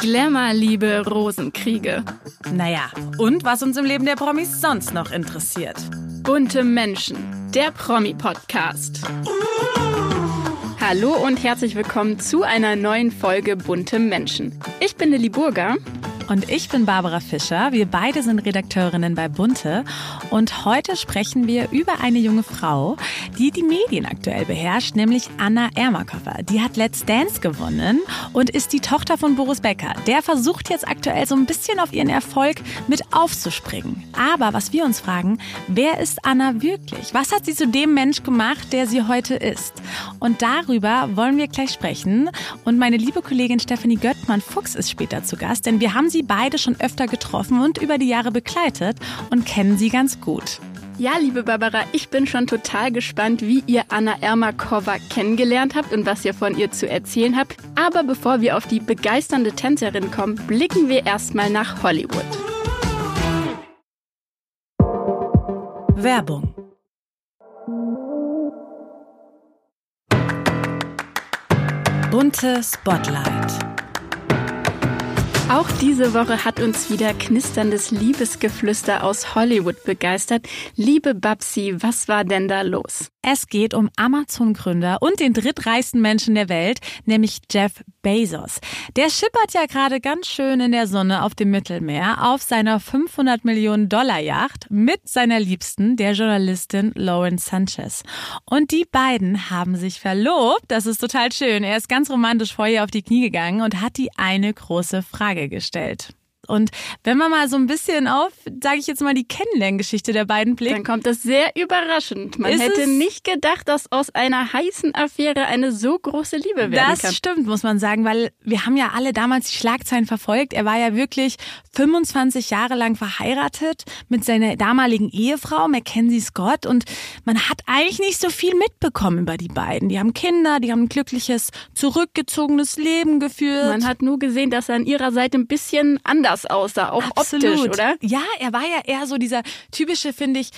Glamour-Liebe, Rosenkriege. Naja, und was uns im Leben der Promis sonst noch interessiert. Bunte Menschen, der Promi-Podcast. Hallo und herzlich willkommen zu einer neuen Folge Bunte Menschen. Ich bin Lilly Burger. Und ich bin Barbara Fischer. Wir beide sind Redakteurinnen bei Bunte. Und heute sprechen wir über eine junge Frau, die die Medien aktuell beherrscht, nämlich Anna Ermakova. Die hat Let's Dance gewonnen und ist die Tochter von Boris Becker. Der versucht jetzt aktuell so ein bisschen auf ihren Erfolg mit aufzuspringen. Aber was wir uns fragen, wer ist Anna wirklich? Was hat sie zu dem Mensch gemacht, der sie heute ist? Und darüber wollen wir gleich sprechen. Und meine liebe Kollegin Stefanie Göttmann-Fuchs ist später zu Gast, denn wir haben sie beide schon öfter getroffen und über die Jahre begleitet und kennen sie ganz gut. Ja, liebe Barbara, ich bin schon total gespannt, wie ihr Anna Ermakova kennengelernt habt und was ihr von ihr zu erzählen habt. Aber bevor wir auf die begeisternde Tänzerin kommen, blicken wir erstmal nach Hollywood. Werbung. Bunte Spotlight. Auch diese Woche hat uns wieder knisterndes Liebesgeflüster aus Hollywood begeistert. Liebe Babsi, was war denn da los? Es geht um Amazon-Gründer und den drittreichsten Menschen der Welt, nämlich Jeff Bezos. Der schippert ja gerade ganz schön in der Sonne auf dem Mittelmeer auf seiner 500 Millionen Dollar Yacht mit seiner Liebsten, der Journalistin Lauren Sanchez. Und die beiden haben sich verlobt. Das ist total schön. Er ist ganz romantisch vor ihr auf die Knie gegangen und hat die eine große Frage gestellt. Und wenn man mal so ein bisschen auf, sage ich jetzt mal, die Kennenlerngeschichte der beiden blickt, dann kommt das sehr überraschend. Man hätte nicht gedacht, dass aus einer heißen Affäre eine so große Liebe werden kann. Das stimmt, muss man sagen, weil wir haben ja alle damals die Schlagzeilen verfolgt. Er war ja wirklich 25 Jahre lang verheiratet mit seiner damaligen Ehefrau Mackenzie Scott und man hat eigentlich nicht so viel mitbekommen über die beiden. Die haben Kinder, die haben ein glückliches, zurückgezogenes Leben geführt. Man hat nur gesehen, dass er an ihrer Seite ein bisschen anders aussah, auch Absolut. Optisch, oder? Ja, er war ja eher so dieser typische, finde ich,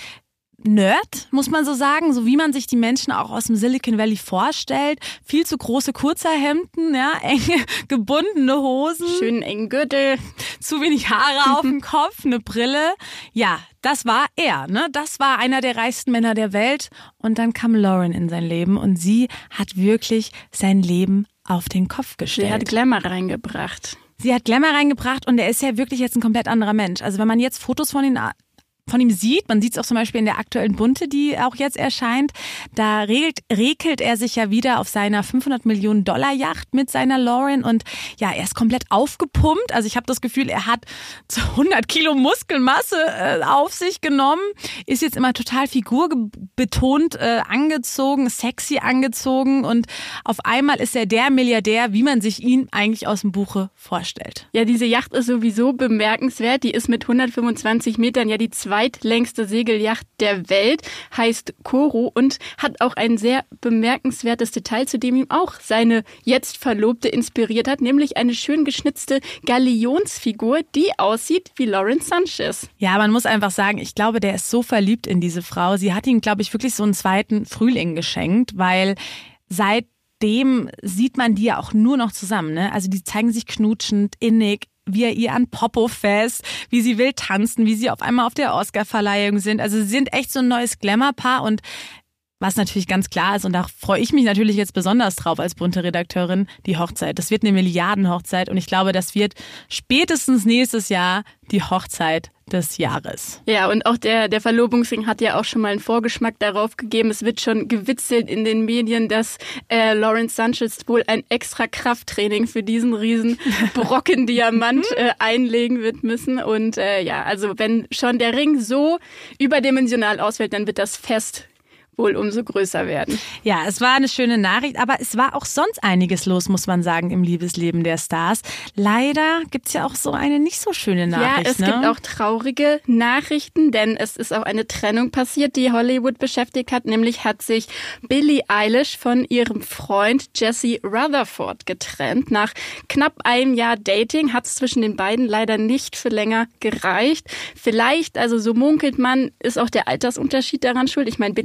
Nerd, muss man so sagen, so wie man sich die Menschen auch aus dem Silicon Valley vorstellt. Viel zu große Kurzerhemden, ja, enge gebundene Hosen. Schönen engen Gürtel. Zu wenig Haare auf dem Kopf, eine Brille. Ja, das war er, ne? Das war einer der reichsten Männer der Welt. Und dann kam Lauren in sein Leben und sie hat wirklich sein Leben auf den Kopf gestellt. Sie hat Glamour reingebracht. Sie hat Glamour reingebracht und er ist ja wirklich jetzt ein komplett anderer Mensch. Also wenn man jetzt Fotos von ihm sieht, man sieht es auch zum Beispiel in der aktuellen Bunte, die auch jetzt erscheint, da regelt er sich ja wieder auf seiner 500 Millionen Dollar Yacht mit seiner Lauren und ja, er ist komplett aufgepumpt. Also ich habe das Gefühl, er hat 100 Kilo Muskelmasse auf sich genommen, ist jetzt immer total figurbetont angezogen, sexy angezogen und auf einmal ist er der Milliardär, wie man sich ihn eigentlich aus dem Buche vorstellt. Ja, diese Yacht ist sowieso bemerkenswert. Die ist mit 125 Metern ja die zweitlängste Segelyacht der Welt, heißt Koro und hat auch ein sehr bemerkenswertes Detail, zu dem ihm auch seine jetzt Verlobte inspiriert hat, nämlich eine schön geschnitzte Galionsfigur, die aussieht wie Lauren Sanchez. Ja, man muss einfach sagen, ich glaube, der ist so verliebt in diese Frau. Sie hat ihm, glaube ich, wirklich so einen zweiten Frühling geschenkt, weil seitdem sieht man die ja auch nur noch zusammen, ne? Also die zeigen sich knutschend, innig, wie er ihr an Popo fest, wie sie wild tanzen, wie sie auf einmal auf der Oscar-Verleihung sind. Also sie sind echt so ein neues Glamour-Paar und was natürlich ganz klar ist, und da freue ich mich natürlich jetzt besonders drauf als bunte Redakteurin, die Hochzeit. Das wird eine Milliardenhochzeit und ich glaube, das wird spätestens nächstes Jahr die Hochzeit des Jahres. Ja, und auch der Verlobungsring hat ja auch schon mal einen Vorgeschmack darauf gegeben. Es wird schon gewitzelt in den Medien, dass Lauren Sanchez wohl ein extra Krafttraining für diesen riesen Brocken Diamant einlegen wird müssen. Und ja, also wenn schon der Ring so überdimensional ausfällt, dann wird das Fest wohl umso größer werden. Ja, es war eine schöne Nachricht, aber es war auch sonst einiges los, muss man sagen, im Liebesleben der Stars. Leider gibt's ja auch so eine nicht so schöne Nachricht. Ja, es gibt auch traurige Nachrichten, denn es ist auch eine Trennung passiert, die Hollywood beschäftigt hat. Nämlich hat sich Billie Eilish von ihrem Freund Jesse Rutherford getrennt. Nach knapp einem Jahr Dating hat es zwischen den beiden leider nicht für länger gereicht. Vielleicht, also so munkelt man, ist auch der Altersunterschied daran schuld. Ich meine, Billie Eilish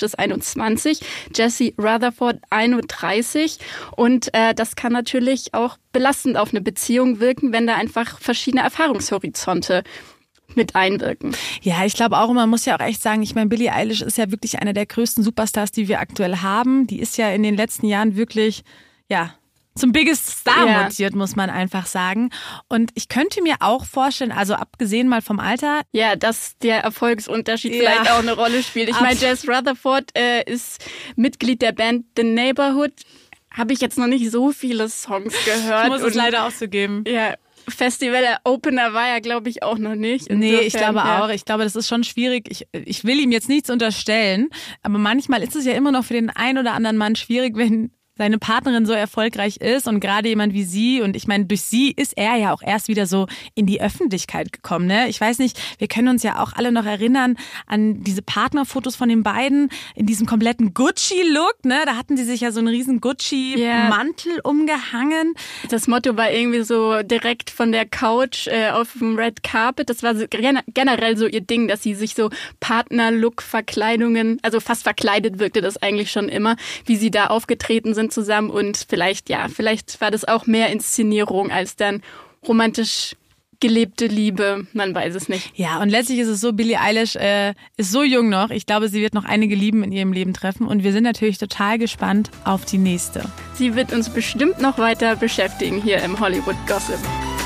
ist 21, Jesse Rutherford 31 und das kann natürlich auch belastend auf eine Beziehung wirken, wenn da einfach verschiedene Erfahrungshorizonte mit einwirken. Ja, ich glaube auch, man muss ja auch echt sagen, ich meine, Billie Eilish ist ja wirklich einer der größten Superstars, die wir aktuell haben. Die ist ja in den letzten Jahren wirklich, zum Biggest Star mutiert, muss man einfach sagen. Und ich könnte mir auch vorstellen, also abgesehen mal vom Alter. Ja, dass der Erfolgsunterschied vielleicht auch eine Rolle spielt. Ich meine, Jesse Rutherford ist Mitglied der Band The Neighborhood. Habe ich jetzt noch nicht so viele Songs gehört. Ich muss es leider auch so geben. Ja. Festival-Opener war ja, glaube ich, auch noch nicht. Insofern, nee, ich glaube auch. Ich glaube, das ist schon schwierig. Ich will ihm jetzt nichts unterstellen, aber manchmal ist es ja immer noch für den einen oder anderen Mann schwierig, wenn seine Partnerin so erfolgreich ist und gerade jemand wie sie, und ich meine, durch sie ist er ja auch erst wieder so in die Öffentlichkeit gekommen, ne? Ich weiß nicht, wir können uns ja auch alle noch erinnern an diese Partnerfotos von den beiden in diesem kompletten Gucci-Look, ne? Da hatten sie sich ja so einen riesen Gucci-Mantel umgehangen. Das Motto war irgendwie so direkt von der Couch auf dem Red Carpet. Das war so generell so ihr Ding, dass sie sich so Partner-Look-Verkleidungen, also fast verkleidet wirkte das eigentlich schon immer, wie sie da aufgetreten sind zusammen, und vielleicht war das auch mehr Inszenierung als dann romantisch gelebte Liebe, man weiß es nicht. Ja, und letztlich ist es so, Billie Eilish ist so jung noch. Ich glaube, sie wird noch einige Lieben in ihrem Leben treffen und wir sind natürlich total gespannt auf die nächste. Sie wird uns bestimmt noch weiter beschäftigen hier im Hollywood Gossip.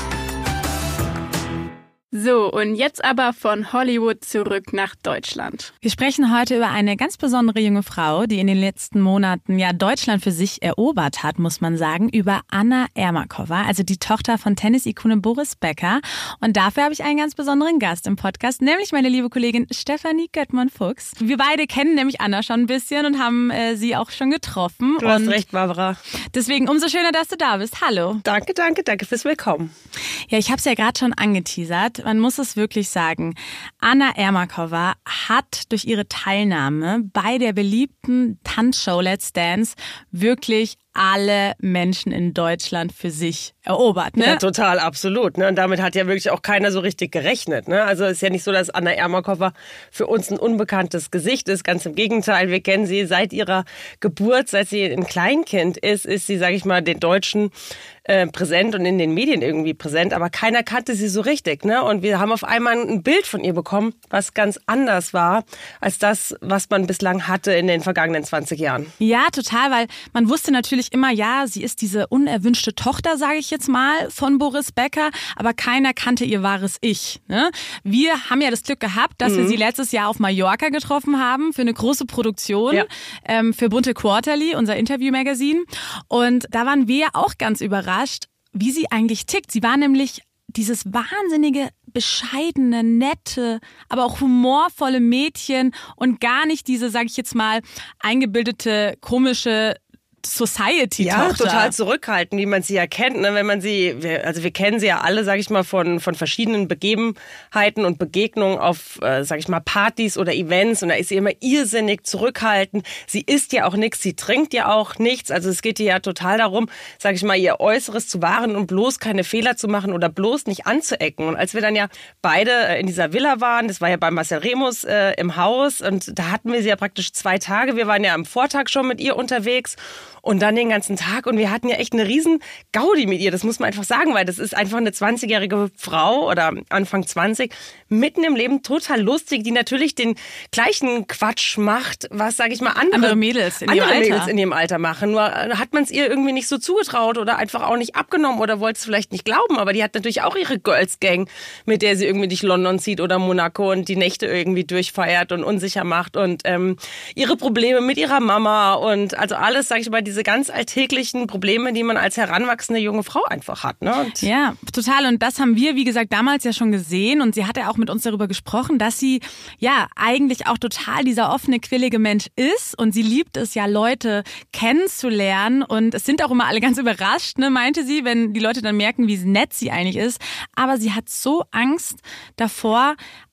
So, und jetzt aber von Hollywood zurück nach Deutschland. Wir sprechen heute über eine ganz besondere junge Frau, die in den letzten Monaten Deutschland für sich erobert hat, muss man sagen, über Anna Ermakova, also die Tochter von Tennis-Ikone Boris Becker. Und dafür habe ich einen ganz besonderen Gast im Podcast, nämlich meine liebe Kollegin Stefanie Göttmann-Fuchs. Wir beide kennen nämlich Anna schon ein bisschen und haben sie auch schon getroffen. Du hast recht, Barbara. Deswegen umso schöner, dass du da bist. Hallo. Danke fürs Willkommen. Ja, ich habe es ja gerade schon angeteasert. Man muss es wirklich sagen. Anna Ermakova hat durch ihre Teilnahme bei der beliebten Tanzshow Let's Dance wirklich alle Menschen in Deutschland für sich erobert, ne? Ja, total, absolut. Ne? Und damit hat ja wirklich auch keiner so richtig gerechnet. Ne? Also es ist ja nicht so, dass Anna Ermakova für uns ein unbekanntes Gesicht ist. Ganz im Gegenteil, wir kennen sie seit ihrer Geburt, seit sie ein Kleinkind ist sie, sage ich mal, den Deutschen präsent und in den Medien irgendwie präsent, aber keiner kannte sie so richtig, ne? Und wir haben auf einmal ein Bild von ihr bekommen, was ganz anders war als das, was man bislang hatte in den vergangenen 20 Jahren. Ja, total, weil man wusste natürlich immer, ja, sie ist diese unerwünschte Tochter, sage ich jetzt mal, von Boris Becker, aber keiner kannte ihr wahres Ich, ne? Wir haben ja das Glück gehabt, dass wir sie letztes Jahr auf Mallorca getroffen haben für eine große Produktion, für Bunte Quarterly, unser Interview-Magazin, und da waren wir auch ganz überrascht, wie sie eigentlich tickt. Sie war nämlich dieses wahnsinnige, bescheidene, nette, aber auch humorvolle Mädchen und gar nicht diese, sag ich jetzt mal, eingebildete, komische Society-Tochter. Ja, total zurückhaltend, wie man sie ja kennt. Ne? Wenn man wir kennen sie ja alle, sag ich mal, von verschiedenen Begebenheiten und Begegnungen auf, sag ich mal, Partys oder Events. Und da ist sie immer irrsinnig zurückhaltend. Sie isst ja auch nichts, sie trinkt ja auch nichts. Also es geht ihr ja total darum, sag ich mal, ihr Äußeres zu wahren und bloß keine Fehler zu machen oder bloß nicht anzuecken. Und als wir dann ja beide in dieser Villa waren, das war ja bei Marcel Remus im Haus, und da hatten wir sie ja praktisch 2 Tage. Wir waren ja am Vortag schon mit ihr unterwegs. Und dann den ganzen Tag. Und wir hatten ja echt eine riesen Gaudi mit ihr. Das muss man einfach sagen, weil das ist einfach eine 20-jährige Frau oder Anfang 20, mitten im Leben, total lustig, die natürlich den gleichen Quatsch macht, was, sage ich mal, andere Mädels in ihrem Alter machen. Nur hat man es ihr irgendwie nicht so zugetraut oder einfach auch nicht abgenommen oder wollte es vielleicht nicht glauben. Aber die hat natürlich auch ihre Girls Gang, mit der sie irgendwie durch London zieht oder Monaco und die Nächte irgendwie durchfeiert und unsicher macht und ihre Probleme mit ihrer Mama und also alles, sage ich mal, diese ganz alltäglichen Probleme, die man als heranwachsende junge Frau einfach hat. Ne? Und ja, total. Und das haben wir, wie gesagt, damals ja schon gesehen. Und sie hat ja auch mit uns darüber gesprochen, dass sie ja eigentlich auch total dieser offene, quirlige Mensch ist. Und sie liebt es ja, Leute kennenzulernen. Und es sind auch immer alle ganz überrascht, ne, meinte sie, wenn die Leute dann merken, wie nett sie eigentlich ist. Aber sie hat so Angst davor,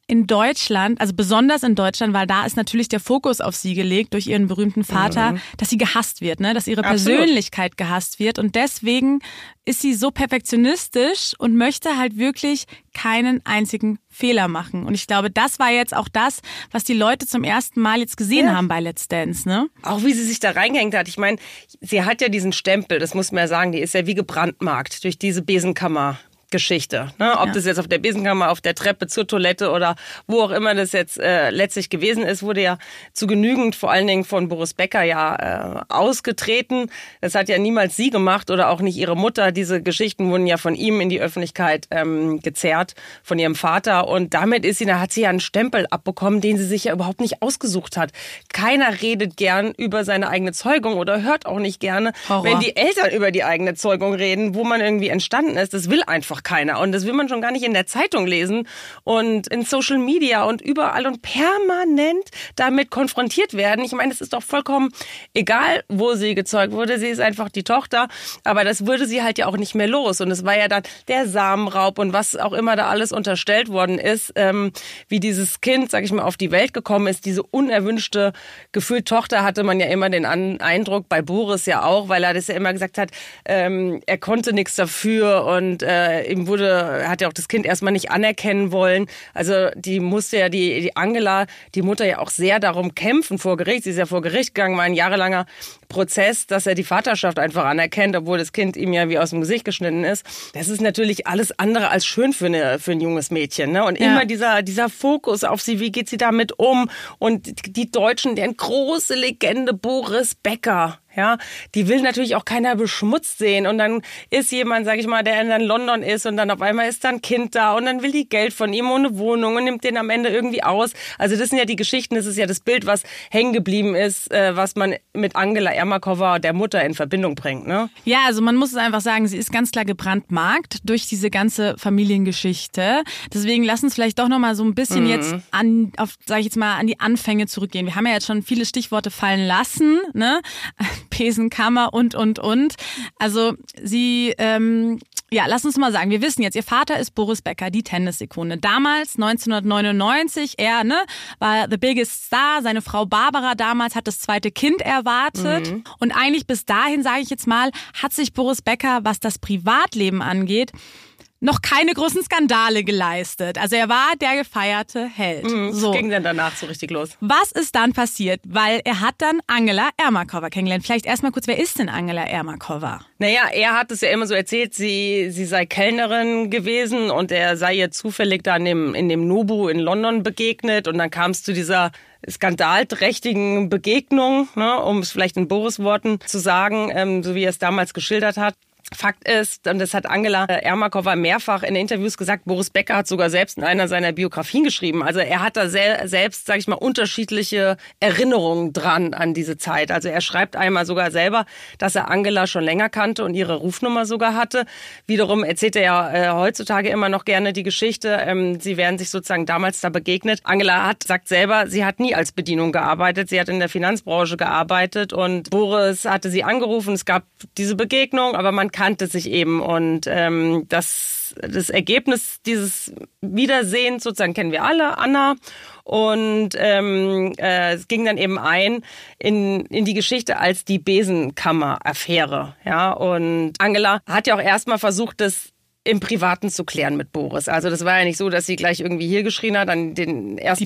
in Deutschland, also besonders in Deutschland, weil da ist natürlich der Fokus auf sie gelegt durch ihren berühmten Vater, dass sie gehasst wird, ne? Dass ihre Persönlichkeit gehasst wird. Und deswegen ist sie so perfektionistisch und möchte halt wirklich keinen einzigen Fehler machen. Und ich glaube, das war jetzt auch das, was die Leute zum ersten Mal jetzt gesehen haben bei Let's Dance, ne? Auch wie sie sich da reingehängt hat. Ich meine, sie hat ja diesen Stempel, das muss man ja sagen, die ist ja wie gebrandmarkt durch diese Besenkammer-Geschichte. Ne? Ob das jetzt auf der Besenkammer, auf der Treppe zur Toilette oder wo auch immer das jetzt letztlich gewesen ist, wurde ja zu genügend vor allen Dingen von Boris Becker ja ausgetreten. Das hat ja niemals sie gemacht oder auch nicht ihre Mutter. Diese Geschichten wurden ja von ihm in die Öffentlichkeit gezerrt, von ihrem Vater. Und damit hat sie ja einen Stempel abbekommen, den sie sich ja überhaupt nicht ausgesucht hat. Keiner redet gern über seine eigene Zeugung oder hört auch nicht gerne, wenn die Eltern über die eigene Zeugung reden, wo man irgendwie entstanden ist. Das will einfach keiner. Und das will man schon gar nicht in der Zeitung lesen und in Social Media und überall und permanent damit konfrontiert werden. Ich meine, es ist doch vollkommen egal, wo sie gezeugt wurde. Sie ist einfach die Tochter. Aber das würde sie halt ja auch nicht mehr los. Und es war ja dann der Samenraub und was auch immer da alles unterstellt worden ist, wie dieses Kind, sag ich mal, auf die Welt gekommen ist. Diese unerwünschte gefühlt Tochter hatte man ja immer den Eindruck, bei Boris ja auch, weil er das ja immer gesagt hat, er konnte nichts dafür und hat ja auch das Kind erstmal nicht anerkennen wollen. Also die musste ja die Angela, die Mutter, ja auch sehr darum kämpfen vor Gericht. Sie ist ja vor Gericht gegangen, war ein jahrelanger Prozess, dass er die Vaterschaft einfach anerkennt, obwohl das Kind ihm ja wie aus dem Gesicht geschnitten ist. Das ist natürlich alles andere als schön für ein junges Mädchen. Ne? Und immer dieser Fokus auf sie, wie geht sie damit um? Und die Deutschen, deren große Legende Boris Becker. Ja, die will natürlich auch keiner beschmutzt sehen. Und dann ist jemand, sag ich mal, der in London ist und dann auf einmal ist da ein Kind da und dann will die Geld von ihm und eine Wohnung und nimmt den am Ende irgendwie aus. Also das sind ja die Geschichten, das ist ja das Bild, was hängen geblieben ist, was man mit Angela Ermakova, der Mutter, in Verbindung bringt. Ne? Ja, also man muss es einfach sagen, sie ist ganz klar gebrandmarkt durch diese ganze Familiengeschichte. Deswegen lass uns vielleicht doch nochmal so ein bisschen jetzt an die Anfänge zurückgehen. Wir haben ja jetzt schon viele Stichworte fallen lassen, ne? Besenkammer und. Also sie, lass uns mal sagen, wir wissen jetzt, ihr Vater ist Boris Becker, die Tennisikone. Damals, 1999, er war the biggest star. Seine Frau Barbara damals hat das zweite Kind erwartet. Und eigentlich bis dahin, sage ich jetzt mal, hat sich Boris Becker, was das Privatleben angeht, noch keine großen Skandale geleistet. Also er war der gefeierte Held. So. Ging dann danach so richtig los. Was ist dann passiert? Weil er hat dann Angela Ermakova kennengelernt. Vielleicht erstmal kurz, wer ist denn Angela Ermakova? Naja, er hat es ja immer so erzählt, sie sei Kellnerin gewesen und er sei ihr zufällig dann in dem Nobu in London begegnet und dann kam es zu dieser skandalträchtigen Begegnung, ne, um es vielleicht in Boris Worten zu sagen, so wie er es damals geschildert hat. Fakt ist, und das hat Angela Ermakova mehrfach in Interviews gesagt, Boris Becker hat sogar selbst in einer seiner Biografien geschrieben. Also er hat da selbst, sag ich mal, unterschiedliche Erinnerungen dran an diese Zeit. Also er schreibt einmal sogar selber, dass er Angela schon länger kannte und ihre Rufnummer sogar hatte. Wiederum erzählt er ja heutzutage immer noch gerne die Geschichte. Sie wären sich sozusagen damals da begegnet. Angela sagt selber, sie hat nie als Bedienung gearbeitet. Sie hat in der Finanzbranche gearbeitet und Boris hatte sie angerufen. Es gab diese Begegnung, aber man kannte sich eben und das Ergebnis dieses Wiedersehens sozusagen kennen wir alle, Anna. Und es ging dann eben in die Geschichte als die Besenkammer-Affäre. Ja? Und Angela hat ja auch erstmal versucht, das im Privaten zu klären mit Boris. Also das war ja nicht so, dass sie gleich irgendwie hier geschrien hat, dann den ersten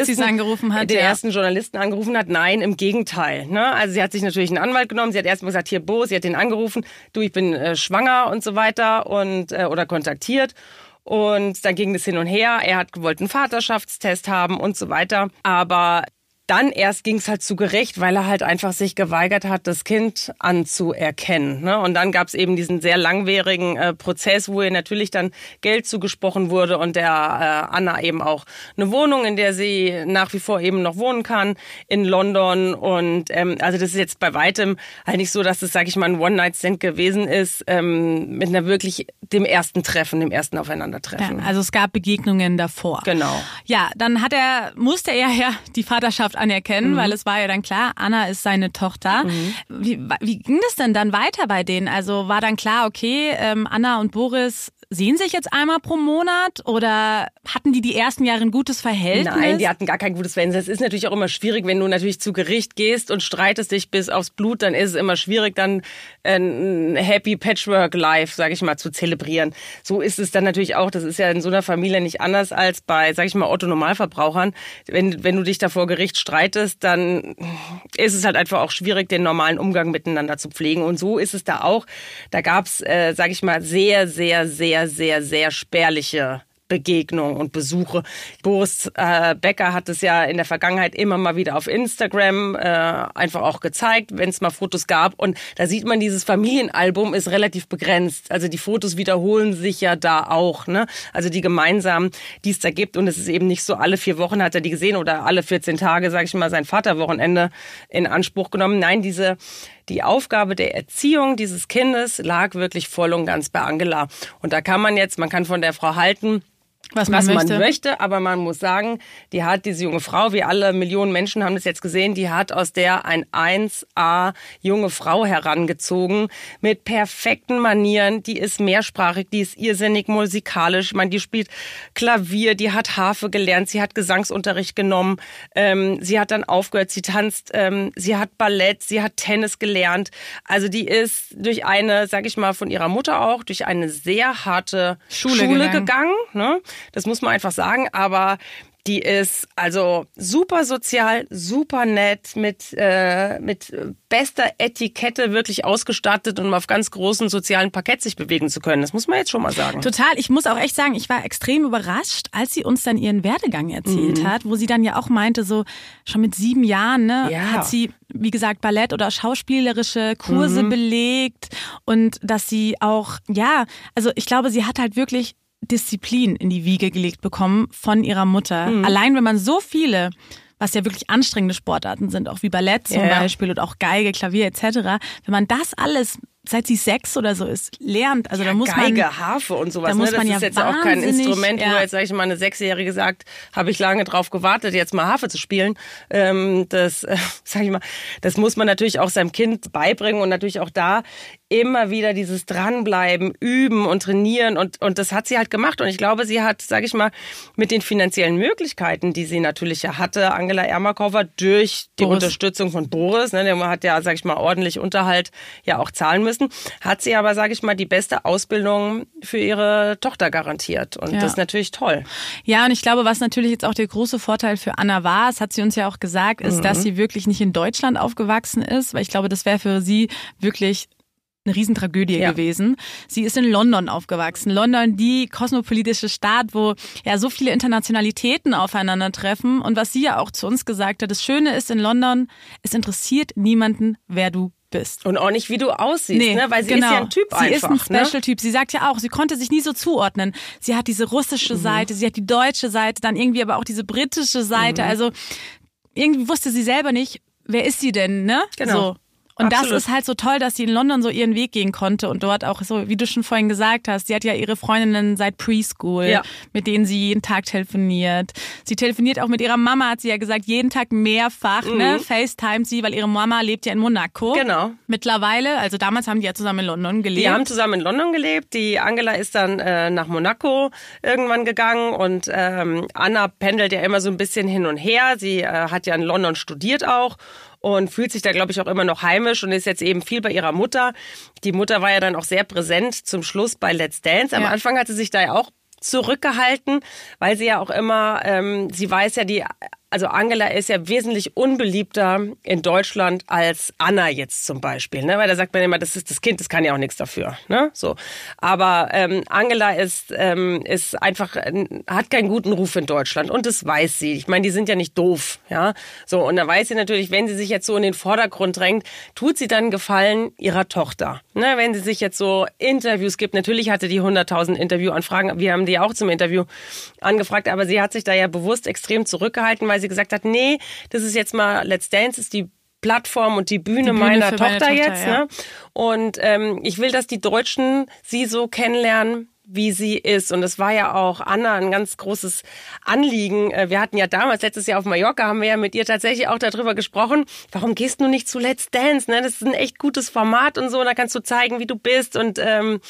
ersten Journalisten angerufen hat. Nein, im Gegenteil. Ne? Also sie hat sich natürlich einen Anwalt genommen. Sie hat erstmal gesagt, hier Boris, sie hat den angerufen, du, ich bin schwanger und so weiter und oder kontaktiert. Und dann ging das hin und her. Er hat gewollt einen Vaterschaftstest haben und so weiter. Aber dann erst ging es halt zu Gericht, weil er halt einfach sich geweigert hat, das Kind anzuerkennen. Ne? Und dann gab es eben diesen sehr langwierigen Prozess, wo ihr natürlich dann Geld zugesprochen wurde und der Anna eben auch eine Wohnung, in der sie nach wie vor eben noch wohnen kann, in London. Und also das ist jetzt bei weitem halt nicht so, dass es, sag ich mal, ein One-Night-Stand gewesen ist, mit einer wirklich dem ersten Aufeinandertreffen. Ja, also es gab Begegnungen davor. Genau. Ja, dann musste er ja die Vaterschaft anerkennen, weil es war ja dann klar, Anna ist seine Tochter. Wie ging das denn dann weiter bei denen? Also war dann klar, okay, Anna und Boris sehen sich jetzt einmal pro Monat oder hatten die ersten Jahre ein gutes Verhältnis? Nein, die hatten gar kein gutes Verhältnis. Das ist natürlich auch immer schwierig, wenn du natürlich zu Gericht gehst und streitest dich bis aufs Blut, dann ist es immer schwierig, dann ein Happy Patchwork Life, sag ich mal, zu zelebrieren. So ist es dann natürlich auch. Das ist ja in so einer Familie nicht anders als bei, sag ich mal, Otto-Normalverbrauchern. Wenn du dich da vor Gericht streitest, dann ist es halt einfach auch schwierig, den normalen Umgang miteinander zu pflegen. Und so ist es da auch. Da gab's, sag ich mal, sehr, sehr, sehr, sehr, sehr spärliche Begegnungen und Besuche. Boris Becker hat es ja in der Vergangenheit immer mal wieder auf Instagram einfach auch gezeigt, wenn es mal Fotos gab. Und da sieht man, dieses Familienalbum ist relativ begrenzt. Also die Fotos wiederholen sich ja da auch, ne? Also die gemeinsamen, die es da gibt. Und es ist eben nicht so, alle 4 Wochen hat er die gesehen oder alle 14 Tage, sage ich mal, sein Vaterwochenende in Anspruch genommen. Nein, die Aufgabe der Erziehung dieses Kindes lag wirklich voll und ganz bei Angela. Und da kann man kann von der Frau halten, was man möchte, aber man muss sagen, diese junge Frau, wie alle Millionen Menschen haben das jetzt gesehen, die hat aus der ein 1A junge Frau herangezogen mit perfekten Manieren, die ist mehrsprachig, die ist irrsinnig musikalisch, die spielt Klavier, die hat Harfe gelernt, sie hat Gesangsunterricht genommen, sie hat dann aufgehört, sie tanzt, sie hat Ballett, sie hat Tennis gelernt, also die ist durch eine, sag ich mal, von ihrer Mutter auch, durch eine sehr harte Schule gegangen, ne? Das muss man einfach sagen, aber die ist also super sozial, super nett, mit bester Etikette wirklich ausgestattet, um auf ganz großen sozialen Parkett sich bewegen zu können. Das muss man jetzt schon mal sagen. Total. Ich muss auch echt sagen, ich war extrem überrascht, als sie uns dann ihren Werdegang erzählt hat, wo sie dann ja auch meinte, so schon mit 7 Jahren, ne, hat sie, wie gesagt, Ballett oder schauspielerische Kurse belegt und dass sie auch, also ich glaube, sie hat halt wirklich Disziplin in die Wiege gelegt bekommen von ihrer Mutter. Allein wenn man so viele, was ja wirklich anstrengende Sportarten sind, auch wie Ballett zum Beispiel und auch Geige, Klavier etc., wenn man das alles, seit sie 6 oder so ist, lernt, also da muss Geige, man... Harfe und sowas, da muss ne? Das man ist jetzt auch kein Instrument, wo jetzt, sag ich mal, eine 6-Jährige sagt, habe ich lange drauf gewartet, jetzt mal Harfe zu spielen. Sag ich mal, das muss man natürlich auch seinem Kind beibringen und natürlich auch da immer wieder dieses Dranbleiben, üben und trainieren und das hat sie halt gemacht und ich glaube, sie hat, sag ich mal, mit den finanziellen Möglichkeiten, die sie natürlich ja hatte, Angela Ermakova, durch die Unterstützung von Boris, ne, der hat ja, sag ich mal, ordentlich Unterhalt ja auch zahlen müssen, hat sie aber, sag ich mal, die beste Ausbildung für ihre Tochter garantiert und das ist natürlich toll. Ja, und ich glaube, was natürlich jetzt auch der große Vorteil für Anna war, das hat sie uns ja auch gesagt, ist, dass sie wirklich nicht in Deutschland aufgewachsen ist, weil ich glaube, das wäre für sie wirklich eine Riesentragödie gewesen. Sie ist in London aufgewachsen. London, die kosmopolitische Stadt, wo ja so viele Internationalitäten aufeinandertreffen. Und was sie ja auch zu uns gesagt hat, das Schöne ist in London, es interessiert niemanden, wer du bist. Und auch nicht, wie du aussiehst, ne? Weil sie ist ja ein Typ einfach. Sie ist ein Special-Typ. Sie sagt ja auch, sie konnte sich nie so zuordnen. Sie hat diese russische Seite, sie hat die deutsche Seite, dann irgendwie aber auch diese britische Seite. Also irgendwie wusste sie selber nicht, wer ist sie denn, ne? Genau. So. Und Absolut. das ist halt so toll, dass sie in London so ihren Weg gehen konnte und dort auch so, wie du schon vorhin gesagt hast, sie hat ja ihre Freundinnen seit Preschool, mit denen sie jeden Tag telefoniert. Sie telefoniert auch mit ihrer Mama, hat sie ja gesagt, jeden Tag mehrfach, ne, FaceTimet sie, weil ihre Mama lebt ja in Monaco. Genau. Mittlerweile, also damals haben die ja zusammen in London gelebt. Die haben zusammen in London gelebt. Die Angela ist dann nach Monaco irgendwann gegangen und Anna pendelt ja immer so ein bisschen hin und her. Sie hat ja in London studiert auch. Und fühlt sich da, glaube ich, auch immer noch heimisch und ist jetzt eben viel bei ihrer Mutter. Die Mutter war ja dann auch sehr präsent zum Schluss bei Let's Dance. Am Anfang hat sie sich da ja auch zurückgehalten, weil sie ja auch immer, sie weiß ja, also Angela ist ja wesentlich unbeliebter in Deutschland als Anna jetzt zum Beispiel, ne? Weil da sagt man immer, das ist das Kind, das kann ja auch nichts dafür, ne? So. Aber Angela ist einfach, hat keinen guten Ruf in Deutschland und das weiß sie. Ich meine, die sind ja nicht doof, ja? So, und da weiß sie natürlich, wenn sie sich jetzt so in den Vordergrund drängt, tut sie dann Gefallen ihrer Tochter, ne? Wenn sie sich jetzt so Interviews gibt, natürlich hatte die 100.000 Interviewanfragen, wir haben die auch zum Interview angefragt, aber sie hat sich da ja bewusst extrem zurückgehalten, weil sie gesagt hat, nee, das ist jetzt mal, Let's Dance ist die Plattform und die Bühne meiner Tochter jetzt. Ja. Ne? Und ich will, dass die Deutschen sie so kennenlernen, wie sie ist. Und das war ja auch Anna ein ganz großes Anliegen. Wir hatten ja damals, letztes Jahr auf Mallorca, haben wir ja mit ihr tatsächlich auch darüber gesprochen, warum gehst du nicht zu Let's Dance? Ne? Das ist ein echt gutes Format und so. Und da kannst du zeigen, wie du bist. Und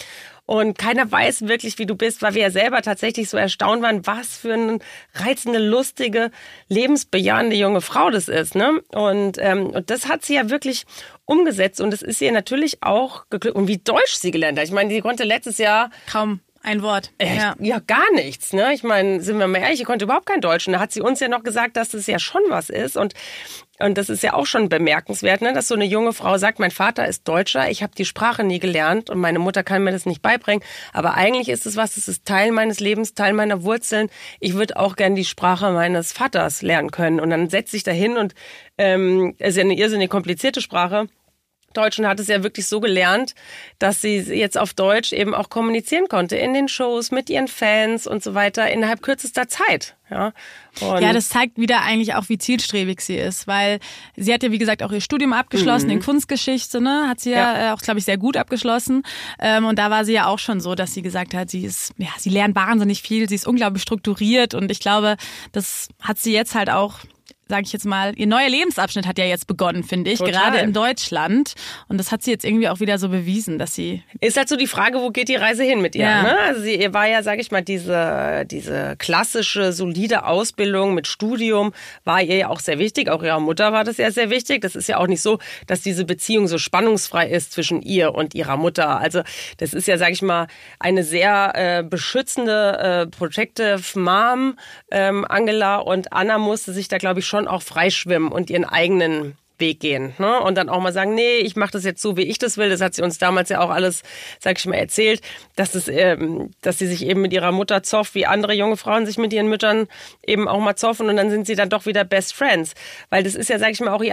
und keiner weiß wirklich, wie du bist, weil wir ja selber tatsächlich so erstaunt waren, was für eine reizende, lustige, lebensbejahende junge Frau das ist, ne? Und das hat sie ja wirklich umgesetzt und es ist ihr natürlich auch geglückt. Und wie Deutsch sie gelernt hat. Ich meine, sie konnte letztes Jahr kaum ein Wort. Ja, gar nichts. Ne? Ich meine, sind wir mal ehrlich, sie konnte überhaupt kein Deutsch. Und da hat sie uns ja noch gesagt, dass das ja schon was ist. Und das ist ja auch schon bemerkenswert, ne? Dass so eine junge Frau sagt, mein Vater ist Deutscher, ich habe die Sprache nie gelernt und meine Mutter kann mir das nicht beibringen. Aber eigentlich ist es was, das ist Teil meines Lebens, Teil meiner Wurzeln. Ich würde auch gern die Sprache meines Vaters lernen können. Und dann setzt sich dahin und es ist ja eine irrsinnig komplizierte Sprache. Deutsch und hat es ja wirklich so gelernt, dass sie jetzt auf Deutsch eben auch kommunizieren konnte in den Shows mit ihren Fans und so weiter innerhalb kürzester Zeit. Ja, das zeigt wieder eigentlich auch, wie zielstrebig sie ist, weil sie hat ja, wie gesagt, auch ihr Studium abgeschlossen in Kunstgeschichte, ne, hat sie ja auch, glaube ich, sehr gut abgeschlossen. Und da war sie ja auch schon so, dass sie gesagt hat, sie lernt wahnsinnig viel, sie ist unglaublich strukturiert und ich glaube, das hat sie jetzt halt auch, sage ich jetzt mal, ihr neuer Lebensabschnitt hat ja jetzt begonnen, finde ich, gerade in Deutschland. Und das hat sie jetzt irgendwie auch wieder so bewiesen, dass sie... Ist halt so die Frage, wo geht die Reise hin mit ihr? Ja. Ne? Also sie war ja, sage ich mal, diese klassische, solide Ausbildung mit Studium war ihr ja auch sehr wichtig. Auch ihrer Mutter war das ja sehr wichtig. Das ist ja auch nicht so, dass diese Beziehung so spannungsfrei ist zwischen ihr und ihrer Mutter. Also das ist ja, sage ich mal, eine sehr beschützende Protective Mom, Angela. Und Anna musste sich da, glaube ich, schon auch freischwimmen und ihren eigenen Weg gehen, ne? Und dann auch mal sagen, nee, ich mache das jetzt so, wie ich das will. Das hat sie uns damals ja auch alles, sag ich mal, erzählt, dass sie sich eben mit ihrer Mutter zofft, wie andere junge Frauen sich mit ihren Müttern eben auch mal zoffen und dann sind sie dann doch wieder Best Friends. Weil das ist ja, sag ich mal, auch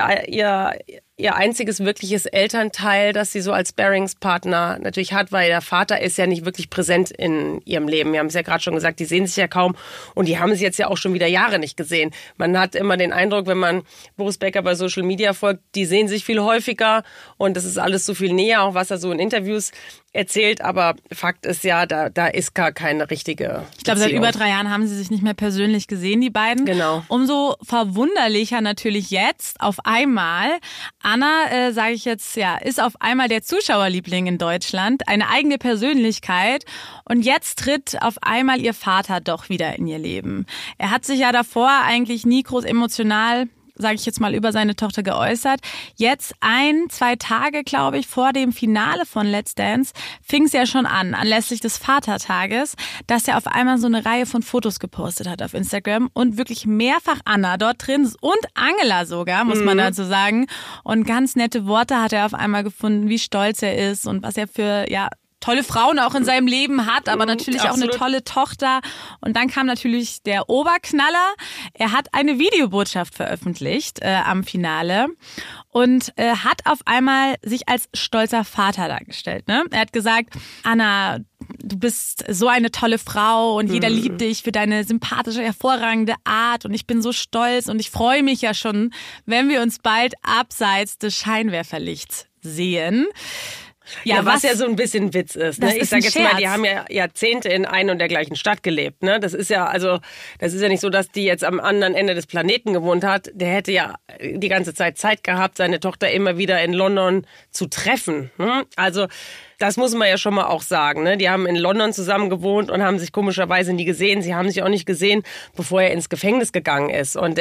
ihr einziges wirkliches Elternteil, das sie so als Sparringspartner natürlich hat, weil der Vater ist ja nicht wirklich präsent in ihrem Leben. Wir haben es ja gerade schon gesagt, die sehen sich ja kaum und die haben sich jetzt ja auch schon wieder Jahre nicht gesehen. Man hat immer den Eindruck, wenn man Boris Becker bei Social Media folgt, die sehen sich viel häufiger und das ist alles so viel näher, auch was er so in Interviews erzählt, aber Fakt ist ja, da ist gar keine richtige Ich glaube, seit über 3 Jahren haben sie sich nicht mehr persönlich gesehen, die beiden. Genau. Umso verwunderlicher natürlich jetzt auf einmal. Anna, sage ich jetzt, ja, ist auf einmal der Zuschauerliebling in Deutschland, eine eigene Persönlichkeit und jetzt tritt auf einmal ihr Vater doch wieder in ihr Leben. Er hat sich ja davor eigentlich nie groß emotional, sage ich jetzt mal, über seine Tochter geäußert. Jetzt 1-2 Tage, glaube ich, vor dem Finale von Let's Dance fing es ja schon an, anlässlich des Vatertages, dass er auf einmal so eine Reihe von Fotos gepostet hat auf Instagram und wirklich mehrfach Anna dort drin und Angela sogar, muss man dazu sagen. Und ganz nette Worte hat er auf einmal gefunden, wie stolz er ist und was er für, ja, tolle Frauen auch in seinem Leben hat, aber natürlich auch eine tolle Tochter. Und dann kam natürlich der Oberknaller. Er hat eine Videobotschaft veröffentlicht am Finale und hat auf einmal sich als stolzer Vater dargestellt. Ne? Er hat gesagt, Anna, du bist so eine tolle Frau und jeder liebt dich für deine sympathische, hervorragende Art und ich bin so stolz und ich freue mich ja schon, wenn wir uns bald abseits des Scheinwerferlichts sehen. Ja, was ja so ein bisschen Witz ist. Ne? Ich sage jetzt mal, die haben ja Jahrzehnte in einer und der gleichen Stadt gelebt. Ne? Das ist ja nicht so, dass die jetzt am anderen Ende des Planeten gewohnt hat. Der hätte ja die ganze Zeit gehabt, seine Tochter immer wieder in London zu treffen. Ne? Also das muss man ja schon mal auch sagen. Ne? Die haben in London zusammen gewohnt und haben sich komischerweise nie gesehen. Sie haben sich auch nicht gesehen, bevor er ins Gefängnis gegangen ist. Und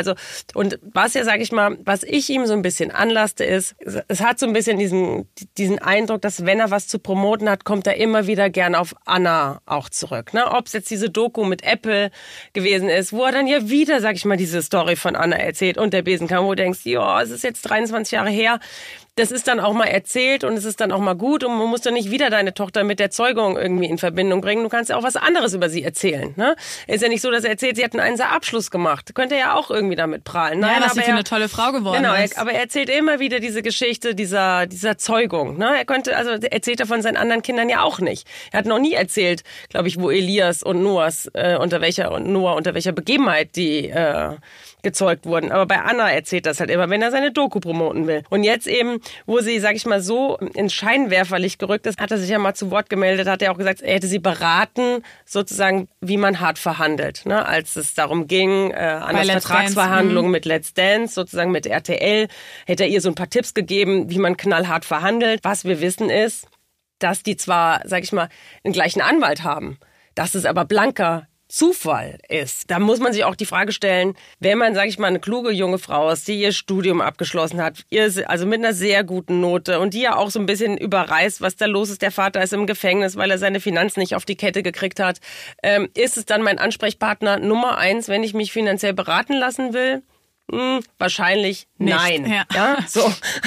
was ja, sag ich mal, was ich ihm so ein bisschen anlasste, ist, es hat so ein bisschen diesen Eindruck, dass wenn er was zu promoten hat, kommt er immer wieder gern auf Anna auch zurück. Ne? Ob es jetzt diese Doku mit Apple gewesen ist, wo er dann ja wieder, sag ich mal, diese Story von Anna erzählt und der Besenkammer, wo du denkst, ja, es ist jetzt 23 Jahre her. Das ist dann auch mal erzählt und es ist dann auch mal gut und man muss dann nicht wieder deine Tochter mit der Zeugung irgendwie in Verbindung bringen. Du kannst ja auch was anderes über sie erzählen. Ne? Ist ja nicht so, dass er erzählt, sie hat einen 1er-Abschluss gemacht. Könnte er ja auch irgendwie damit prahlen. Nein, ja, dass sie für eine tolle Frau geworden ist. Genau, aber er erzählt immer wieder diese Geschichte dieser Zeugung. Ne? Er erzählt er von seinen anderen Kindern ja auch nicht. Er hat noch nie erzählt, glaube ich, wo Elias und Noah unter welcher Begebenheit die gezeugt wurden. Aber bei Anna erzählt das halt immer, wenn er seine Doku promoten will. Und jetzt eben, wo sie, sag ich mal, so ins Scheinwerferlicht gerückt ist, hat er sich ja mal zu Wort gemeldet, hat er auch gesagt, er hätte sie beraten, sozusagen, wie man hart verhandelt. Ne? Als es darum ging, an der Vertragsverhandlung mit Let's Dance, sozusagen mit RTL, hätte er ihr so ein paar Tipps gegeben, wie man knallhart verhandelt. Was wir wissen ist, dass die zwar, sag ich mal, den gleichen Anwalt haben, dass es aber blanker Zufall ist. Da muss man sich auch die Frage stellen, wenn man, sage ich mal, eine kluge junge Frau ist, die ihr Studium abgeschlossen hat, also mit einer sehr guten Note und die ja auch so ein bisschen überreißt, was da los ist. Der Vater ist im Gefängnis, weil er seine Finanzen nicht auf die Kette gekriegt hat. Ist es dann mein Ansprechpartner Nummer 1, wenn ich mich finanziell beraten lassen will? Wahrscheinlich nicht. Nein. Ja, so.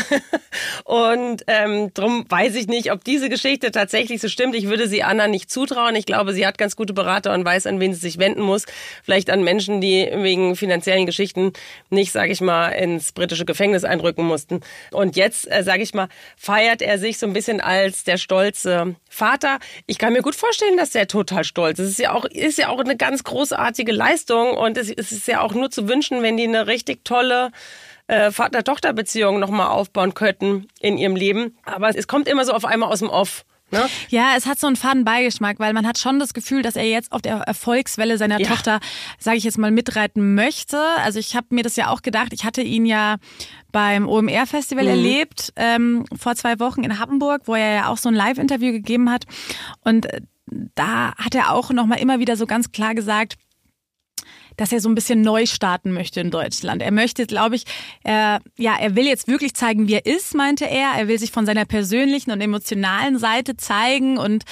Und drum weiß ich nicht, ob diese Geschichte tatsächlich so stimmt. Ich würde sie Anna nicht zutrauen. Ich glaube, sie hat ganz gute Berater und weiß, an wen sie sich wenden muss. Vielleicht an Menschen, die wegen finanziellen Geschichten nicht, sage ich mal, ins britische Gefängnis einrücken mussten. Und jetzt, sage ich mal, feiert er sich so ein bisschen als der stolze Vater. Ich kann mir gut vorstellen, dass der total stolz ist. Es ist ja auch eine ganz großartige Leistung und es ist ja auch nur zu wünschen, wenn die eine richtig tolle Vater-Tochter-Beziehung nochmal aufbauen könnten in ihrem Leben. Aber es kommt immer so auf einmal aus dem Off. Ne? Ja, es hat so einen faden Beigeschmack, weil man hat schon das Gefühl, dass er jetzt auf der Erfolgswelle seiner Tochter, sage ich jetzt mal, mitreiten möchte. Also ich habe mir das ja auch gedacht, ich hatte ihn ja beim OMR-Festival erlebt, vor 2 Wochen in Hamburg, wo er ja auch so ein Live-Interview gegeben hat. Und da hat er auch nochmal immer wieder so ganz klar gesagt, dass er so ein bisschen neu starten möchte in Deutschland. Er möchte, glaube ich, er will jetzt wirklich zeigen, wie er ist, meinte er. Er will sich von seiner persönlichen und emotionalen Seite zeigen und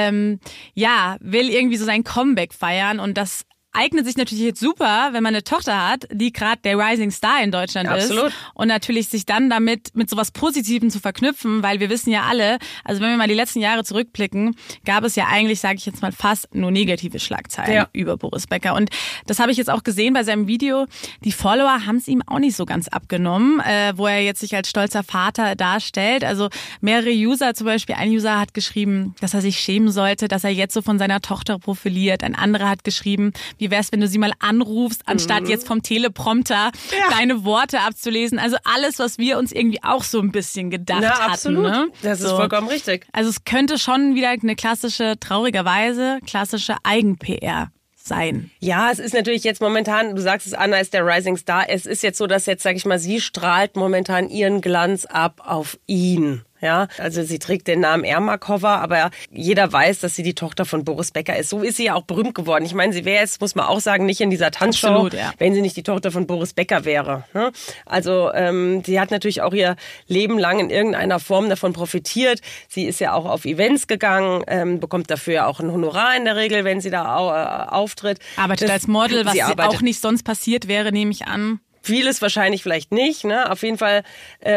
will irgendwie so sein Comeback feiern. Und das eignet sich natürlich jetzt super, wenn man eine Tochter hat, die gerade der Rising Star in Deutschland Absolut. ist. Und natürlich sich dann damit mit sowas Positivem zu verknüpfen, weil wir wissen ja alle, also wenn wir mal die letzten Jahre zurückblicken, gab es ja eigentlich, sage ich jetzt mal, fast nur negative Schlagzeilen über Boris Becker. Und das habe ich jetzt auch gesehen bei seinem Video. Die Follower haben es ihm auch nicht so ganz abgenommen, wo er jetzt sich als stolzer Vater darstellt. Also mehrere User, zum Beispiel ein User hat geschrieben, dass er sich schämen sollte, dass er jetzt so von seiner Tochter profiliert. Ein anderer hat geschrieben, wie wär's, wenn du sie mal anrufst, anstatt jetzt vom Teleprompter deine Worte abzulesen. Also alles, was wir uns irgendwie auch so ein bisschen gedacht hatten. Absolut. Ne? Das ist vollkommen richtig. Also es könnte schon wieder eine traurigerweise klassische Eigen-PR sein. Ja, es ist natürlich jetzt momentan, du sagst es, Anna ist der Rising Star. Es ist jetzt so, dass jetzt, sag ich mal, sie strahlt momentan ihren Glanz ab auf ihn. Ja, also sie trägt den Namen Ermakova, aber jeder weiß, dass sie die Tochter von Boris Becker ist. So ist sie ja auch berühmt geworden. Ich meine, sie wäre jetzt, muss man auch sagen, nicht in dieser Tanzshow, wenn sie nicht die Tochter von Boris Becker wäre. Also sie hat natürlich auch ihr Leben lang in irgendeiner Form davon profitiert. Sie ist ja auch auf Events gegangen, bekommt dafür auch ein Honorar in der Regel, wenn sie da auftritt. Arbeitet als Model, was auch nicht sonst passiert wäre, nehme ich an. Vieles wahrscheinlich vielleicht nicht. Ne? Auf jeden Fall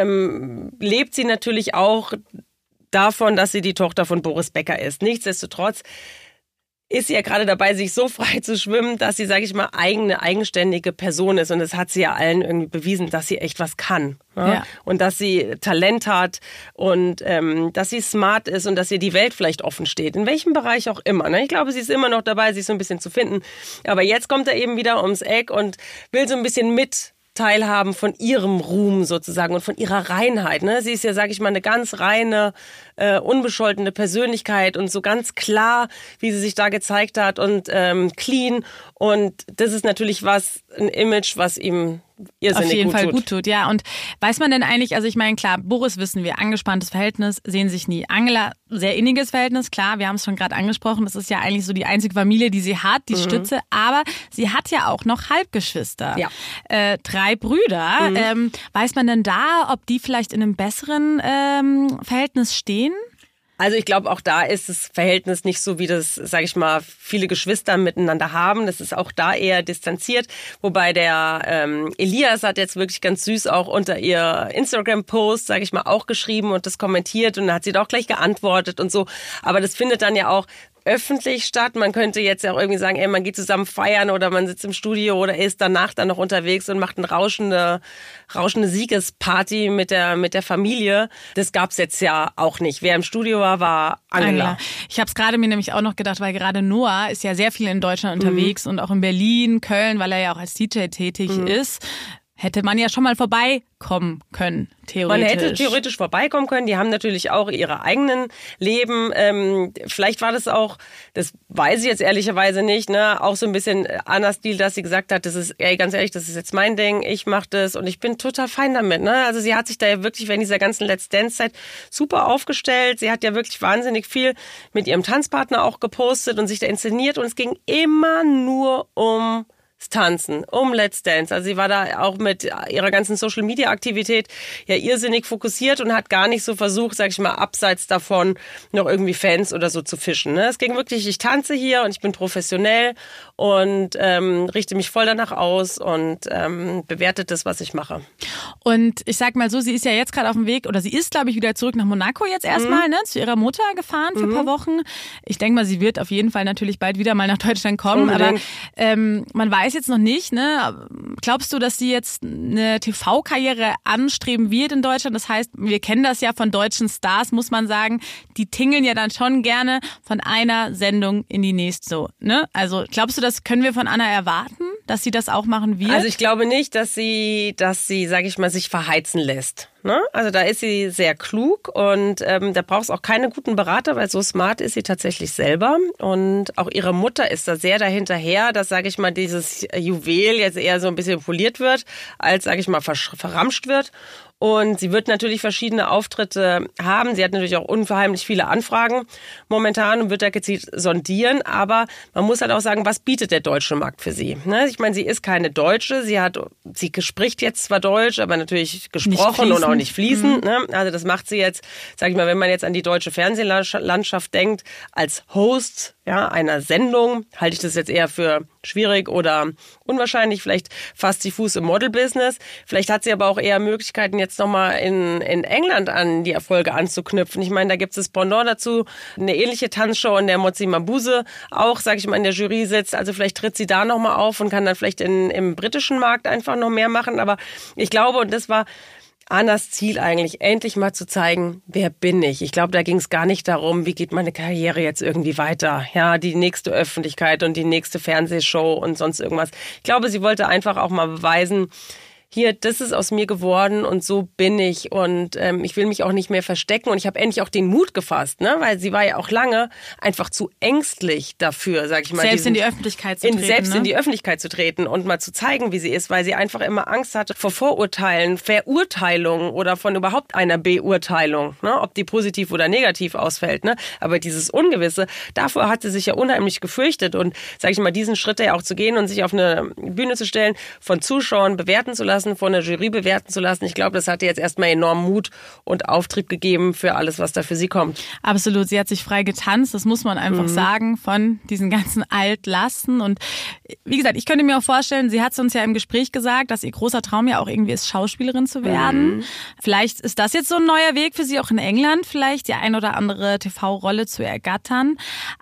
lebt sie natürlich auch davon, dass sie die Tochter von Boris Becker ist. Nichtsdestotrotz ist sie ja gerade dabei, sich so frei zu schwimmen, dass sie, sage ich mal, eigenständige Person ist. Und das hat sie ja allen irgendwie bewiesen, dass sie echt was kann. Ne? Ja. Und dass sie Talent hat und dass sie smart ist und dass ihr die Welt vielleicht offen steht. In welchem Bereich auch immer. Ne? Ich glaube, sie ist immer noch dabei, sich so ein bisschen zu finden. Aber jetzt kommt er eben wieder ums Eck und will so ein bisschen mit teilhaben von ihrem Ruhm sozusagen und von ihrer Reinheit. Ne? Sie ist ja, sage ich mal, eine ganz reine, unbescholtene Persönlichkeit und so ganz klar, wie sie sich da gezeigt hat und clean. Und das ist natürlich ein Image, was ihm irrsinnig auf jeden gut Fall tut. gut tut, ja. Und weiß man denn eigentlich, also ich meine, klar, Boris wissen wir, angespanntes Verhältnis, sehen sich nie. Angela, sehr inniges Verhältnis, klar, wir haben es schon gerade angesprochen, das ist ja eigentlich so die einzige Familie, die sie hat, die Stütze, aber sie hat ja auch noch Halbgeschwister. Ja. 3 Brüder. Weiß man denn da, ob die vielleicht in einem besseren Verhältnis stehen? Also ich glaube, auch da ist das Verhältnis nicht so, wie das, sage ich mal, viele Geschwister miteinander haben. Das ist auch da eher distanziert. Wobei der Elias hat jetzt wirklich ganz süß auch unter ihr Instagram-Post, sage ich mal, auch geschrieben und das kommentiert. Und dann hat sie doch gleich geantwortet und so. Aber das findet dann ja auch öffentlich statt. Man könnte jetzt ja auch irgendwie sagen, man geht zusammen feiern oder man sitzt im Studio oder ist danach dann noch unterwegs und macht eine rauschende Siegesparty mit der Familie. Das gab's jetzt ja auch nicht. Wer im Studio war Angela. Ich habe es gerade mir nämlich auch noch gedacht, weil gerade Noah ist ja sehr viel in Deutschland unterwegs und auch in Berlin, Köln, weil er ja auch als DJ tätig ist. hätte man ja schon mal vorbeikommen können, theoretisch. Man hätte theoretisch vorbeikommen können. Die haben natürlich auch ihre eigenen Leben. Vielleicht war das auch, das weiß ich jetzt ehrlicherweise nicht, ne, auch so ein bisschen Annas Stil, dass sie gesagt hat, das ist, ey, ganz ehrlich, das ist jetzt mein Ding, ich mache das und ich bin total fein damit. Ne? Also sie hat sich da ja wirklich während dieser ganzen Let's Dance-Zeit super aufgestellt. Sie hat ja wirklich wahnsinnig viel mit ihrem Tanzpartner auch gepostet und sich da inszeniert und es ging immer nur ums Tanzen, um Let's Dance. Also sie war da auch mit ihrer ganzen Social-Media-Aktivität ja irrsinnig fokussiert und hat gar nicht so versucht, sag ich mal, abseits davon noch irgendwie Fans oder so zu fischen. Ne? Es ging wirklich, ich tanze hier und ich bin professionell und richte mich voll danach aus und bewerte das, was ich mache. Und ich sag mal so, sie ist ja jetzt gerade auf dem Weg, oder sie ist, glaube ich, wieder zurück nach Monaco jetzt erstmal, ne, zu ihrer Mutter gefahren für ein paar Wochen. Ich denke mal, sie wird auf jeden Fall natürlich bald wieder mal nach Deutschland kommen, Unbedingt. aber man weiß jetzt noch nicht, ne? Glaubst du, dass sie jetzt eine TV-Karriere anstreben wird in Deutschland? Das heißt, wir kennen das ja von deutschen Stars, muss man sagen, die tingeln ja dann schon gerne von einer Sendung in die nächste, so, ne? Also glaubst du, das können wir von Anna erwarten, dass sie das auch machen wird? Also ich glaube nicht, dass sie, sage ich mal, sich verheizen lässt. Ne? Also da ist sie sehr klug und da braucht es auch keine guten Berater, weil so smart ist sie tatsächlich selber. Und auch ihre Mutter ist da sehr dahinterher, dass, sage ich mal, dieses Juwel jetzt eher so ein bisschen poliert wird, als, sage ich mal, verramscht wird. Und sie wird natürlich verschiedene Auftritte haben. Sie hat natürlich auch unverheimlich viele Anfragen momentan und wird da gezielt sondieren. Aber man muss halt auch sagen, was bietet der deutsche Markt für sie? Ne? Ich meine, sie ist keine Deutsche. Sie spricht jetzt zwar Deutsch, aber natürlich gesprochen und auch nicht fließend. Ne? Also das macht sie jetzt, sag ich mal, wenn man jetzt an die deutsche Fernsehlandschaft denkt, als Host einer Sendung, halte ich das jetzt eher für schwierig oder unwahrscheinlich. Vielleicht fasst sie Fuß im Model-Business. Vielleicht hat sie aber auch eher Möglichkeiten, jetzt nochmal in England an die Erfolge anzuknüpfen. Ich meine, da gibt es das Pendant dazu, eine ähnliche Tanzshow, in der Motsi Mabuse auch, sage ich mal, in der Jury sitzt. Also vielleicht tritt sie da nochmal auf und kann dann vielleicht im britischen Markt einfach noch mehr machen. Aber ich glaube, und das war Annas Ziel eigentlich, endlich mal zu zeigen, wer bin ich. Ich glaube, da ging es gar nicht darum, wie geht meine Karriere jetzt irgendwie weiter. Ja, die nächste Öffentlichkeit und die nächste Fernsehshow und sonst irgendwas. Ich glaube, sie wollte einfach auch mal beweisen, hier, das ist aus mir geworden und so bin ich und ich will mich auch nicht mehr verstecken und ich habe endlich auch den Mut gefasst, ne, weil sie war ja auch lange einfach zu ängstlich dafür, sag ich mal. Selbst in die Öffentlichkeit zu treten. In die Öffentlichkeit zu treten und mal zu zeigen, wie sie ist, weil sie einfach immer Angst hatte vor Vorurteilen, Verurteilung oder von überhaupt einer Beurteilung, ne, ob die positiv oder negativ ausfällt, ne, aber dieses Ungewisse, davor hat sie sich ja unheimlich gefürchtet und, sag ich mal, diesen Schritt ja auch zu gehen und sich auf eine Bühne zu stellen, von Zuschauern bewerten zu lassen, von der Jury bewerten zu lassen. Ich glaube, das hat ihr jetzt erstmal enorm Mut und Auftrieb gegeben für alles, was da für sie kommt. Absolut. Sie hat sich frei getanzt, das muss man einfach sagen, von diesen ganzen Altlasten. Und wie gesagt, ich könnte mir auch vorstellen, sie hat es uns ja im Gespräch gesagt, dass ihr großer Traum ja auch irgendwie ist, Schauspielerin zu werden. Vielleicht ist das jetzt so ein neuer Weg für sie auch in England, vielleicht die ein oder andere TV-Rolle zu ergattern.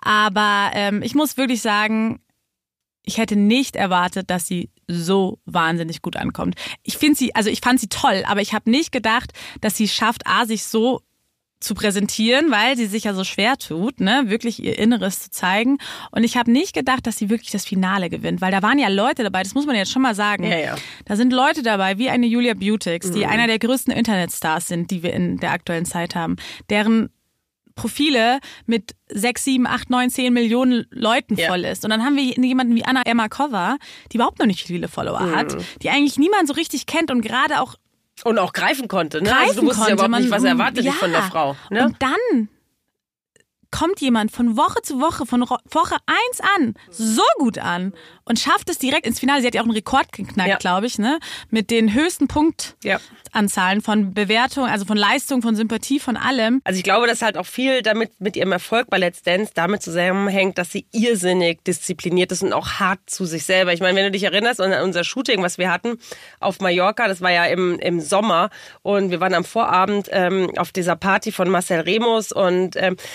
Aber ich muss wirklich sagen, ich hätte nicht erwartet, dass sie so wahnsinnig gut ankommt. Ich fand sie toll, aber ich habe nicht gedacht, dass sie schafft, sich so zu präsentieren, weil sie sich ja so schwer tut, ne, wirklich ihr Inneres zu zeigen. Und ich habe nicht gedacht, dass sie wirklich das Finale gewinnt, weil da waren ja Leute dabei, das muss man jetzt schon mal sagen. Ja. Da sind Leute dabei, wie eine Julia Beautix, die einer der größten Internetstars sind, die wir in der aktuellen Zeit haben, deren Profile mit 6, 7, 8, 9, 10 Millionen Leuten voll ist. Und dann haben wir jemanden wie Anna Ermakova, die überhaupt noch nicht viele Follower hat, die eigentlich niemand so richtig kennt und gerade auch greifen konnte. Ne? Also du wusstest ja überhaupt nicht, was erwartet dich von der Frau. Ne? Und dann kommt jemand von Woche zu Woche, von Woche 1 an, so gut an und schafft es direkt ins Finale. Sie hat ja auch einen Rekord geknackt, glaube ich, ne? Mit den höchsten Punktanzahlen von Bewertung, also von Leistung, von Sympathie, von allem. Also ich glaube, dass halt auch viel damit mit ihrem Erfolg bei Let's Dance damit zusammenhängt, dass sie irrsinnig diszipliniert ist und auch hart zu sich selber. Ich meine, wenn du dich erinnerst an unser Shooting, was wir hatten auf Mallorca, das war ja im Sommer und wir waren am Vorabend auf dieser Party von Marcel Remus und sie hatte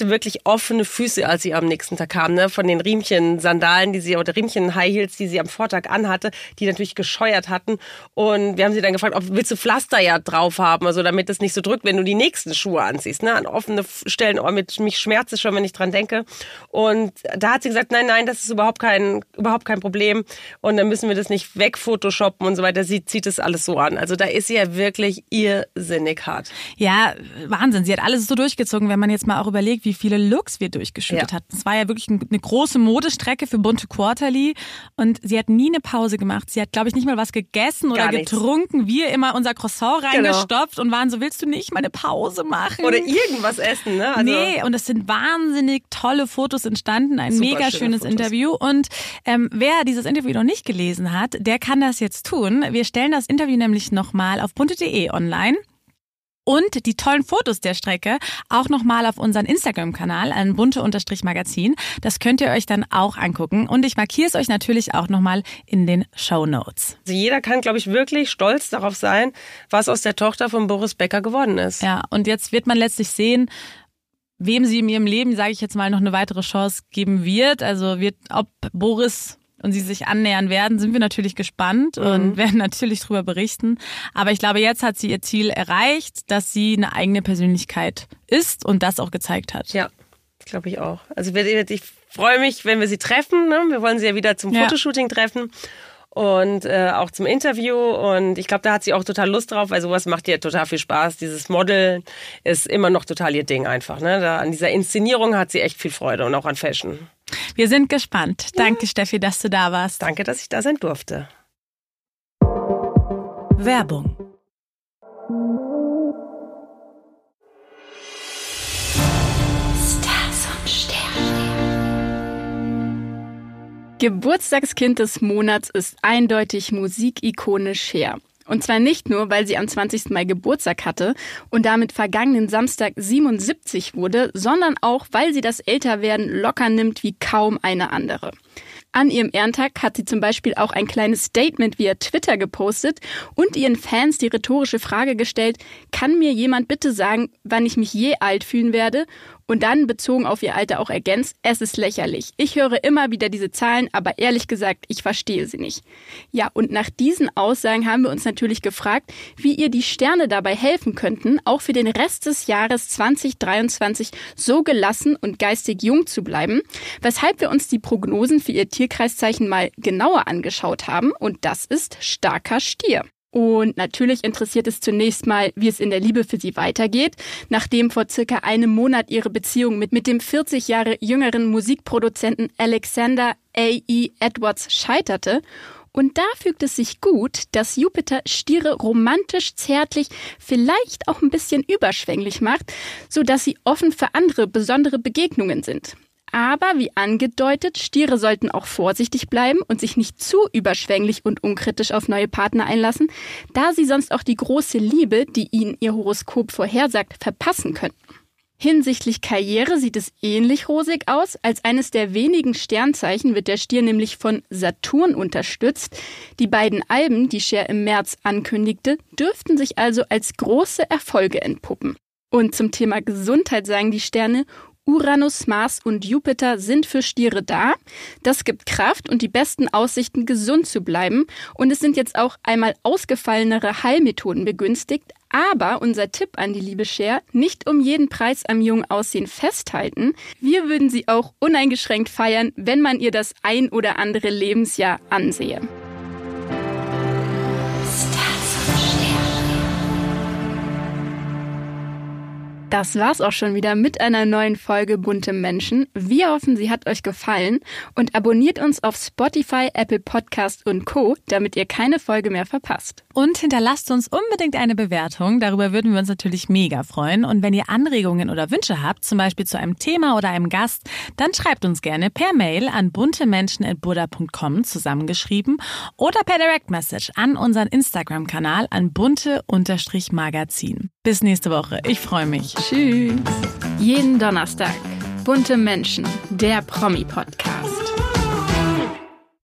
hatte wirklich offene Füße, als sie am nächsten Tag kam, ne? Von den Riemchen-Sandalen, oder Riemchen-High-Heels, die sie am Vortag anhatte, die natürlich gescheuert hatten. Und wir haben sie dann gefragt, willst du Pflaster ja drauf haben, also damit es nicht so drückt, wenn du die nächsten Schuhe anziehst, ne? An offene Stellen, mich schmerzt es schon, wenn ich dran denke. Und da hat sie gesagt, nein, das ist überhaupt kein Problem. Und dann müssen wir das nicht wegphotoshoppen und so weiter. Sie zieht es alles so an. Also da ist sie ja wirklich irrsinnig hart. Ja, Wahnsinn. Sie hat alles so durchgezogen, wenn man jetzt mal auch überlegt, wie viele Looks wir durchgeschüttet hatten. Es war ja wirklich eine große Modestrecke für bunte Quarterly und sie hat nie eine Pause gemacht. Sie hat, glaube ich, nicht mal was gegessen oder getrunken. Wir immer unser Croissant reingestopft und waren so, willst du nicht mal eine Pause machen? Oder irgendwas essen, ne? Also nee, und es sind wahnsinnig tolle Fotos entstanden. Ein mega schönes Interview. Und wer dieses Interview noch nicht gelesen hat, der kann das jetzt tun. Wir stellen das Interview nämlich nochmal auf bunte.de online. Und die tollen Fotos der Strecke auch nochmal auf unseren Instagram-Kanal an bunte_magazin. Das könnt ihr euch dann auch angucken. Und ich markiere es euch natürlich auch nochmal in den Shownotes. Also jeder kann, glaube ich, wirklich stolz darauf sein, was aus der Tochter von Boris Becker geworden ist. Ja, und jetzt wird man letztlich sehen, wem sie in ihrem Leben, sage ich jetzt mal, noch eine weitere Chance geben wird. Also ob Boris und sie sich annähern werden, sind wir natürlich gespannt und werden natürlich drüber berichten. Aber ich glaube, jetzt hat sie ihr Ziel erreicht, dass sie eine eigene Persönlichkeit ist und das auch gezeigt hat. Ja, das glaube ich auch. Also ich freue mich, wenn wir sie treffen. Ne? Wir wollen sie ja wieder zum Fotoshooting treffen und auch zum Interview. Und ich glaube, da hat sie auch total Lust drauf, weil sowas macht ihr total viel Spaß. Dieses Modeln ist immer noch total ihr Ding einfach. Ne? An dieser Inszenierung hat sie echt viel Freude und auch an Fashion. Wir sind gespannt. Danke, Steffi, dass du da warst. Danke, dass ich da sein durfte. Werbung. Stars und Sterne. Geburtstagskind des Monats ist eindeutig Musikikone Cher. Und zwar nicht nur, weil sie am 20. Mai Geburtstag hatte und damit vergangenen Samstag 77 wurde, sondern auch, weil sie das Älterwerden locker nimmt wie kaum eine andere. An ihrem Ehrentag hat sie zum Beispiel auch ein kleines Statement via Twitter gepostet und ihren Fans die rhetorische Frage gestellt, kann mir jemand bitte sagen, wann ich mich je alt fühlen werde? Und dann, bezogen auf ihr Alter, auch ergänzt, es ist lächerlich. Ich höre immer wieder diese Zahlen, aber ehrlich gesagt, ich verstehe sie nicht. Ja, und nach diesen Aussagen haben wir uns natürlich gefragt, wie ihr die Sterne dabei helfen könnten, auch für den Rest des Jahres 2023 so gelassen und geistig jung zu bleiben, weshalb wir uns die Prognosen für ihr Tierkreiszeichen mal genauer angeschaut haben. Und das ist starker Stier. Und natürlich interessiert es zunächst mal, wie es in der Liebe für sie weitergeht, nachdem vor circa einem Monat ihre Beziehung mit dem 40 Jahre jüngeren Musikproduzenten Alexander A.E. Edwards scheiterte. Und da fügt es sich gut, dass Jupiter Stiere romantisch, zärtlich, vielleicht auch ein bisschen überschwänglich macht, sodass sie offen für andere besondere Begegnungen sind. Aber wie angedeutet, Stiere sollten auch vorsichtig bleiben und sich nicht zu überschwänglich und unkritisch auf neue Partner einlassen, da sie sonst auch die große Liebe, die ihnen ihr Horoskop vorhersagt, verpassen könnten. Hinsichtlich Karriere sieht es ähnlich rosig aus. Als eines der wenigen Sternzeichen wird der Stier nämlich von Saturn unterstützt. Die beiden Alben, die Cher im März ankündigte, dürften sich also als große Erfolge entpuppen. Und zum Thema Gesundheit sagen die Sterne, Uranus, Mars und Jupiter sind für Stiere da. Das gibt Kraft und die besten Aussichten, gesund zu bleiben. Und es sind jetzt auch einmal ausgefallenere Heilmethoden begünstigt. Aber unser Tipp an die liebe Cher, nicht um jeden Preis am jungen Aussehen festhalten. Wir würden sie auch uneingeschränkt feiern, wenn man ihr das ein oder andere Lebensjahr ansehe. Das war's auch schon wieder mit einer neuen Folge Bunte Menschen. Wir hoffen, sie hat euch gefallen und abonniert uns auf Spotify, Apple Podcast und Co., damit ihr keine Folge mehr verpasst. Und hinterlasst uns unbedingt eine Bewertung. Darüber würden wir uns natürlich mega freuen. Und wenn ihr Anregungen oder Wünsche habt, zum Beispiel zu einem Thema oder einem Gast, dann schreibt uns gerne per Mail an buntemenschen@burda.com zusammengeschrieben oder per Direct Message an unseren Instagram-Kanal an bunte_magazin. Bis nächste Woche. Ich freue mich. Tschüss. Jeden Donnerstag. Bunte Menschen, der Promi-Podcast.